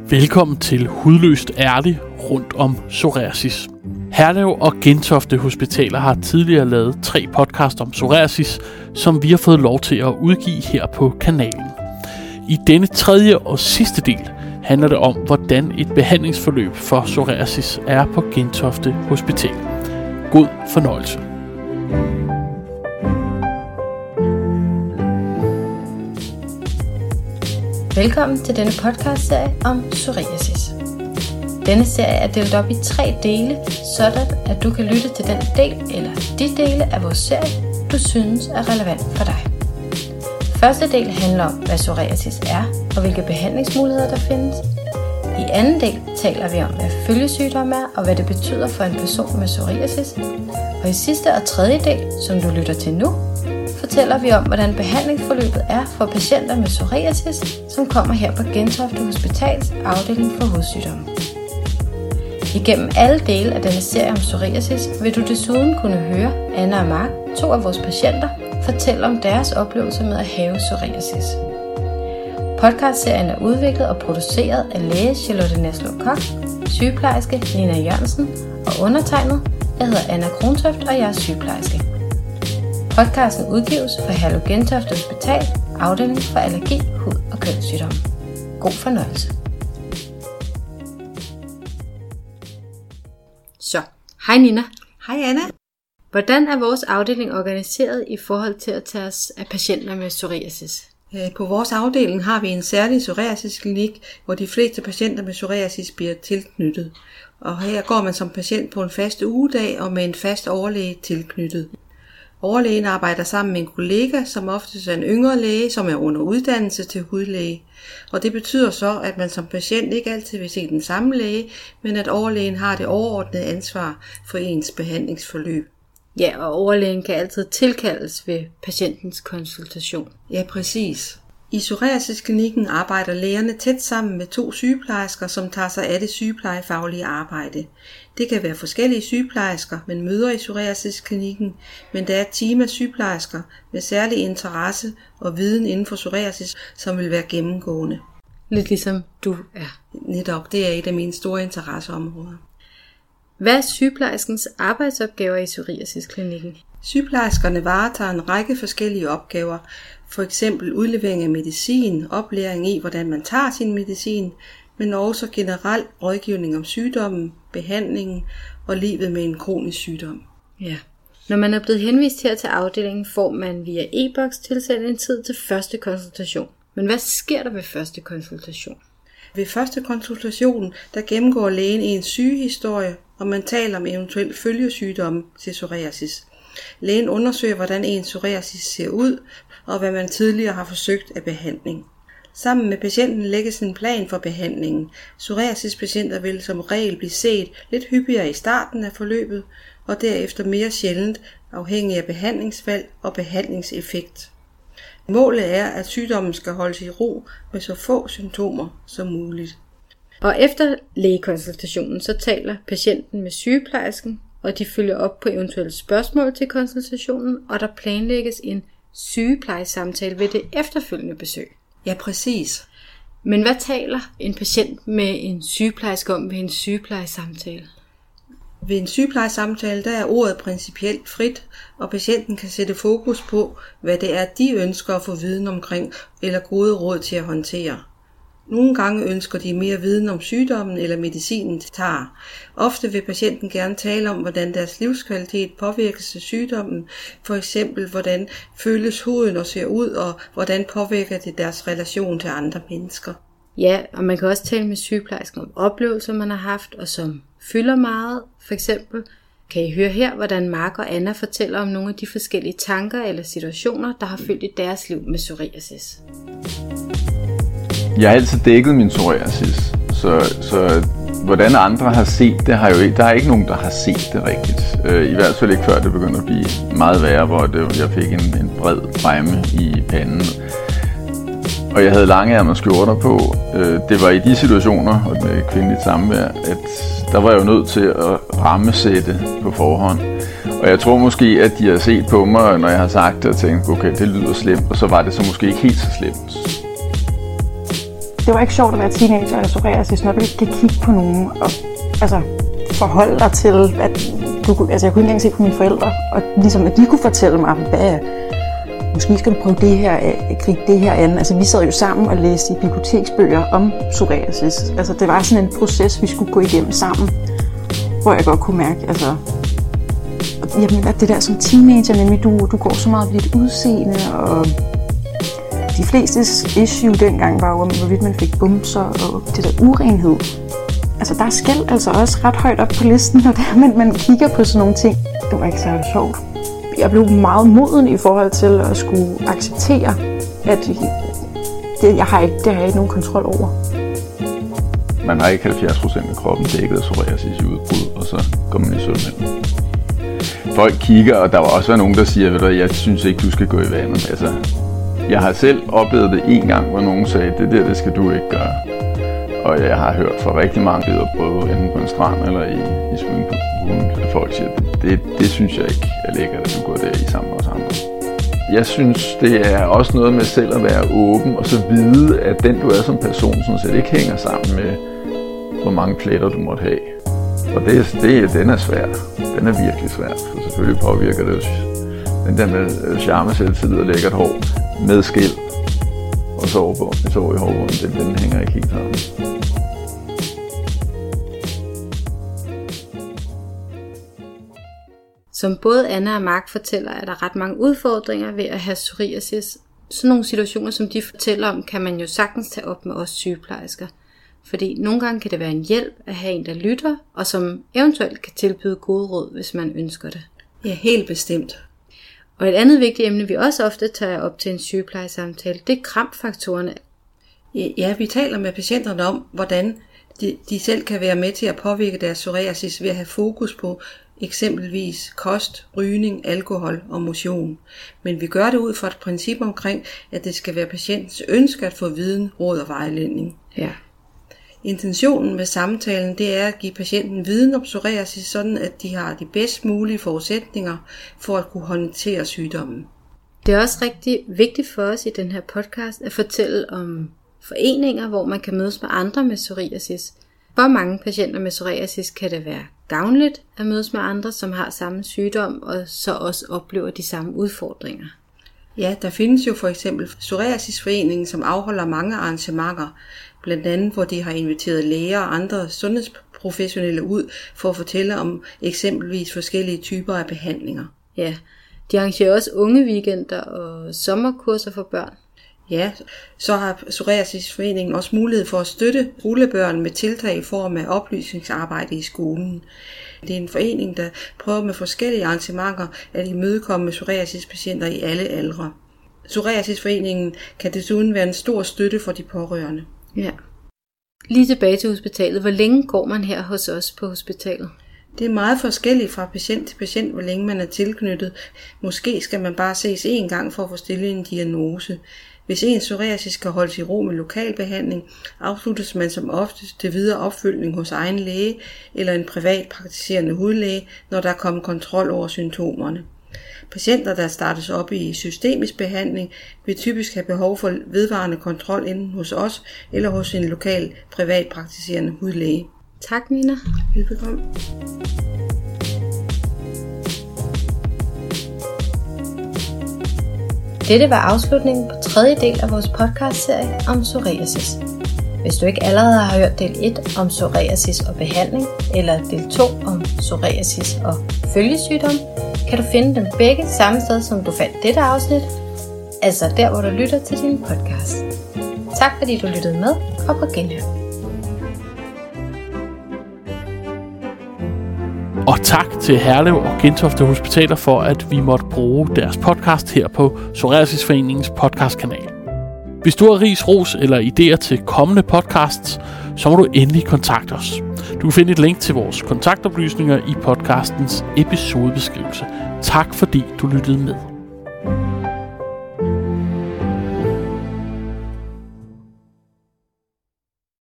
Velkommen til Hudløst Ærlig rundt om psoriasis. Herlev og Gentofte Hospitaler har tidligere lavet 3 podcasts om psoriasis, som vi har fået lov til at udgive her på kanalen. I denne 3. og sidste del handler det om, hvordan et behandlingsforløb for psoriasis er på Gentofte Hospital. God fornøjelse. Velkommen til denne podcastserie om psoriasis. Denne serie er delt op i 3 dele, sådan at du kan lytte til den del eller de dele af vores serie, du synes er relevant for dig. Første del handler om, hvad psoriasis er og hvilke behandlingsmuligheder der findes. I anden del taler vi om, hvad følgesygdom er og hvad det betyder for en person med psoriasis. Og i sidste og tredje del, som du lytter til nu, fortæller vi om, hvordan behandlingsforløbet er for patienter med psoriasis, som kommer her på Gentofte Hospitals afdeling for hudsygdomme. Igennem alle dele af denne serie om psoriasis vil du desuden kunne høre Anna og Mark, 2 af vores patienter, fortælle om deres oplevelser med at have psoriasis. Podcastserien er udviklet og produceret af læge Charlotte Næslev Koch, sygeplejerske Nina Jørgensen og undertegnet. Jeg hedder Anna Krontoft, og jeg er sygeplejerske. Podcasten udgives for Herlev Gentofte Hospital, afdeling for allergi, hud- og kønssygdomme. God fornøjelse. Så, hej Nina. Hej Anna. Hvordan er vores afdeling organiseret i forhold til at tage os af patienter med psoriasis? På vores afdeling har vi en særlig psoriasisklinik, hvor de fleste patienter med psoriasis bliver tilknyttet. Og her går man som patient på en fast ugedag og med en fast overlæge tilknyttet. Overlægen arbejder sammen med en kollega, som oftest er en yngre læge, som er under uddannelse til hudlæge. Og det betyder så, at man som patient ikke altid vil se den samme læge, men at overlægen har det overordnede ansvar for ens behandlingsforløb. Ja, og overlægen kan altid tilkaldes ved patientens konsultation. Ja, præcis. I psoriasisklinikken arbejder lægerne tæt sammen med 2 sygeplejersker, som tager sig af det sygeplejefaglige arbejde. Det kan være forskellige sygeplejersker, man møder i psoriasisklinikken, men der er et team af sygeplejersker med særlig interesse og viden inden for psoriasis, som vil være gennemgående. Lidt ligesom du er. Netop, det er et af mine store interesseområder. Hvad er sygeplejerskens arbejdsopgaver i psoriasisklinikken? Sygeplejerskerne varetager en række forskellige opgaver, for eksempel udlevering af medicin, oplæring i, hvordan man tager sin medicin, men også generelt rådgivning om sygdommen, behandlingen og livet med en kronisk sygdom. Ja. Når man er blevet henvist her til afdelingen, får man via e-boks tilsendt en tid til første konsultation. Men hvad sker der ved første konsultation? Ved første konsultation, der gennemgår lægen ens sygehistorie, og man taler om eventuelt følgesygdomme til psoriasis. Lægen undersøger, hvordan ens psoriasis ser ud, og hvad man tidligere har forsøgt af behandling. Sammen med patienten lægges en plan for behandlingen. Psoriasispatienter vil som regel blive set lidt hyppigere i starten af forløbet, og derefter mere sjældent afhængig af behandlingsvalg og behandlingseffekt. Målet er, at sygdommen skal holdes i ro med så få symptomer som muligt. Og efter lægekonsultationen, så taler patienten med sygeplejersken, og de følger op på eventuelle spørgsmål til konsultationen, og der planlægges en sygeplejesamtale ved det efterfølgende besøg. Ja, præcis. Men hvad taler en patient med en sygeplejerske om ved en sygeplejesamtale? Ved en sygeplejesamtale, der er ordet principielt frit, og patienten kan sætte fokus på, hvad det er, de ønsker at få viden omkring, eller gode råd til at håndtere. Nogle gange ønsker de mere viden om sygdommen eller medicinen, de tager. Ofte vil patienten gerne tale om, hvordan deres livskvalitet påvirkes af sygdommen, for eksempel hvordan føles huden og ser ud, og hvordan påvirker det deres relation til andre mennesker. Ja, og man kan også tale med sygeplejersken om oplevelser, man har haft, og som fylder meget. For eksempel kan I høre her, hvordan Mark og Anna fortæller om nogle af de forskellige tanker eller situationer, der har fyldt i deres liv med psoriasis. Jeg har altid dækket min psoriasis, så hvordan andre har set det, der er ikke nogen, der har set det rigtigt. I hvert fald ikke før det begyndte at blive meget værre, hvor jeg fik en bred fremme i panden. Og jeg havde lange skjorter på. Det var i de situationer, og med kvindeligt samvær, at der var jeg jo nødt til at rammesætte på forhånd. Og jeg tror måske, at de har set på mig, når jeg har sagt det, og tænkt, okay, det lyder slemt, og så var det så måske ikke helt så slemt. det var ikke sjovt at være teenager og psoriasis, når du ikke kan kigge på nogen og forholde dig til, at jeg kunne ikke engang se på mine forældre, og ligesom at de kunne fortælle mig, måske skal du prøve det her, gribe det her an. Altså vi sad jo sammen og læste i biblioteksbøger om psoriasis. Altså det var sådan en proces, vi skulle gå igennem sammen, hvor jeg godt kunne mærke, at det der som teenager, nemlig du går så meget ved dit udseende, og de flestes issue dengang var jo, hvorvidt man fik bumser og det der urenhed. Altså der er skæld altså også ret højt op på listen, når man kigger på sådan nogle ting. Det var ikke særlig sjovt. Jeg blev meget moden i forhold til at skulle acceptere, at det har jeg ikke nogen kontrol over. Man har ikke 70% af kroppen dækket af psoriasis i udbrud, og så går man i svømmehallen. Folk kigger, og der var også nogen, der siger, at jeg synes ikke, du skal gå i vandet. Altså, jeg har selv oplevet det en gang, hvor nogen sagde, det skal du ikke gøre. Og jeg har hørt fra rigtig mange videre, både enten på en strand eller i svømmepoolen, at folk siger, det synes jeg ikke er lækkert, at du går der i sammen med os andre. Jeg synes, det er også noget med selv at være åben, og så vide, at den du er som person, sådan set ikke hænger sammen med, hvor mange pletter du måtte have. Og den er svær. Den er virkelig svær, for selvfølgelig påvirker det den der med charme, selvtillid og lækkert hår med skæld og sove i hårbunden, den hænger ikke helt sammen. Som både Anna og Mark fortæller, er der ret mange udfordringer ved at have psoriasis. Sådan nogle situationer, som de fortæller om, kan man jo sagtens tage op med os sygeplejersker. Fordi nogle gange kan det være en hjælp at have en, der lytter, og som eventuelt kan tilbyde gode råd, hvis man ønsker det. Ja, helt bestemt. Og et andet vigtigt emne, vi også ofte tager op til en sygeplejesamtale, det er krampfaktorerne. Ja, vi taler med patienterne om, hvordan de selv kan være med til at påvirke deres psoriasis ved at have fokus på eksempelvis kost, rygning, alkohol og motion. Men vi gør det ud fra et princip omkring, at det skal være patientens ønske at få viden, råd og vejledning. Ja. Intentionen med samtalen, det er at give patienten viden om psoriasis, sådan at de har de bedst mulige forudsætninger for at kunne håndtere sygdommen. Det er også rigtig vigtigt for os i den her podcast at fortælle om foreninger, hvor man kan mødes med andre med psoriasis. For mange patienter med psoriasis kan det være gavnligt at mødes med andre, som har samme sygdom og så også oplever de samme udfordringer. Ja, der findes jo for eksempel Psoriasisforeningen, som afholder mange arrangementer, blandt andet hvor de har inviteret læger og andre sundhedsprofessionelle ud for at fortælle om eksempelvis forskellige typer af behandlinger. Ja, de arrangerer også unge weekender og sommerkurser for børn. Ja, så har Psoriasisforeningen også mulighed for at støtte skolebørn med tiltag i form af oplysningsarbejde i skolen. Det er en forening, der prøver med forskellige arrangementer at imødekomme psoriasispatienter i alle aldre. Psoriasisforeningen kan desuden være en stor støtte for de pårørende. Ja. Lige tilbage til hospitalet. Hvor længe går man her hos os på hospitalet? Det er meget forskelligt fra patient til patient, hvor længe man er tilknyttet. Måske skal man bare ses én gang for at få stillet en diagnose. Hvis en psoriasis skal holdes i ro med lokalbehandling, afsluttes man som oftest til videre opfølgning hos egen læge eller en privat praktiserende hudlæge, når der er kommet kontrol over symptomerne. Patienter, der startes op i systemisk behandling, vil typisk have behov for vedvarende kontrol enten hos os eller hos en lokal privat praktiserende hudlæge. Tak, Nina. Velbekomme. Dette var afslutningen på 3. del af vores podcastserie om psoriasis. Hvis du ikke allerede har hørt del 1 om psoriasis og behandling, eller del 2 om psoriasis og følgesygdom, kan du finde dem begge samme sted, som du fandt dette afsnit, altså der, hvor du lytter til din podcast. Tak fordi du lyttede med, og på genhør. Og tak til Herlev og Gentofte Hospitaler for, at vi måtte bruge deres podcast her på Psoriasisforeningens podcastkanal. Hvis du har ris, ros eller idéer til kommende podcasts, så må du endelig kontakte os. Du kan finde et link til vores kontaktoplysninger i podcastens episodebeskrivelse. Tak fordi du lyttede med.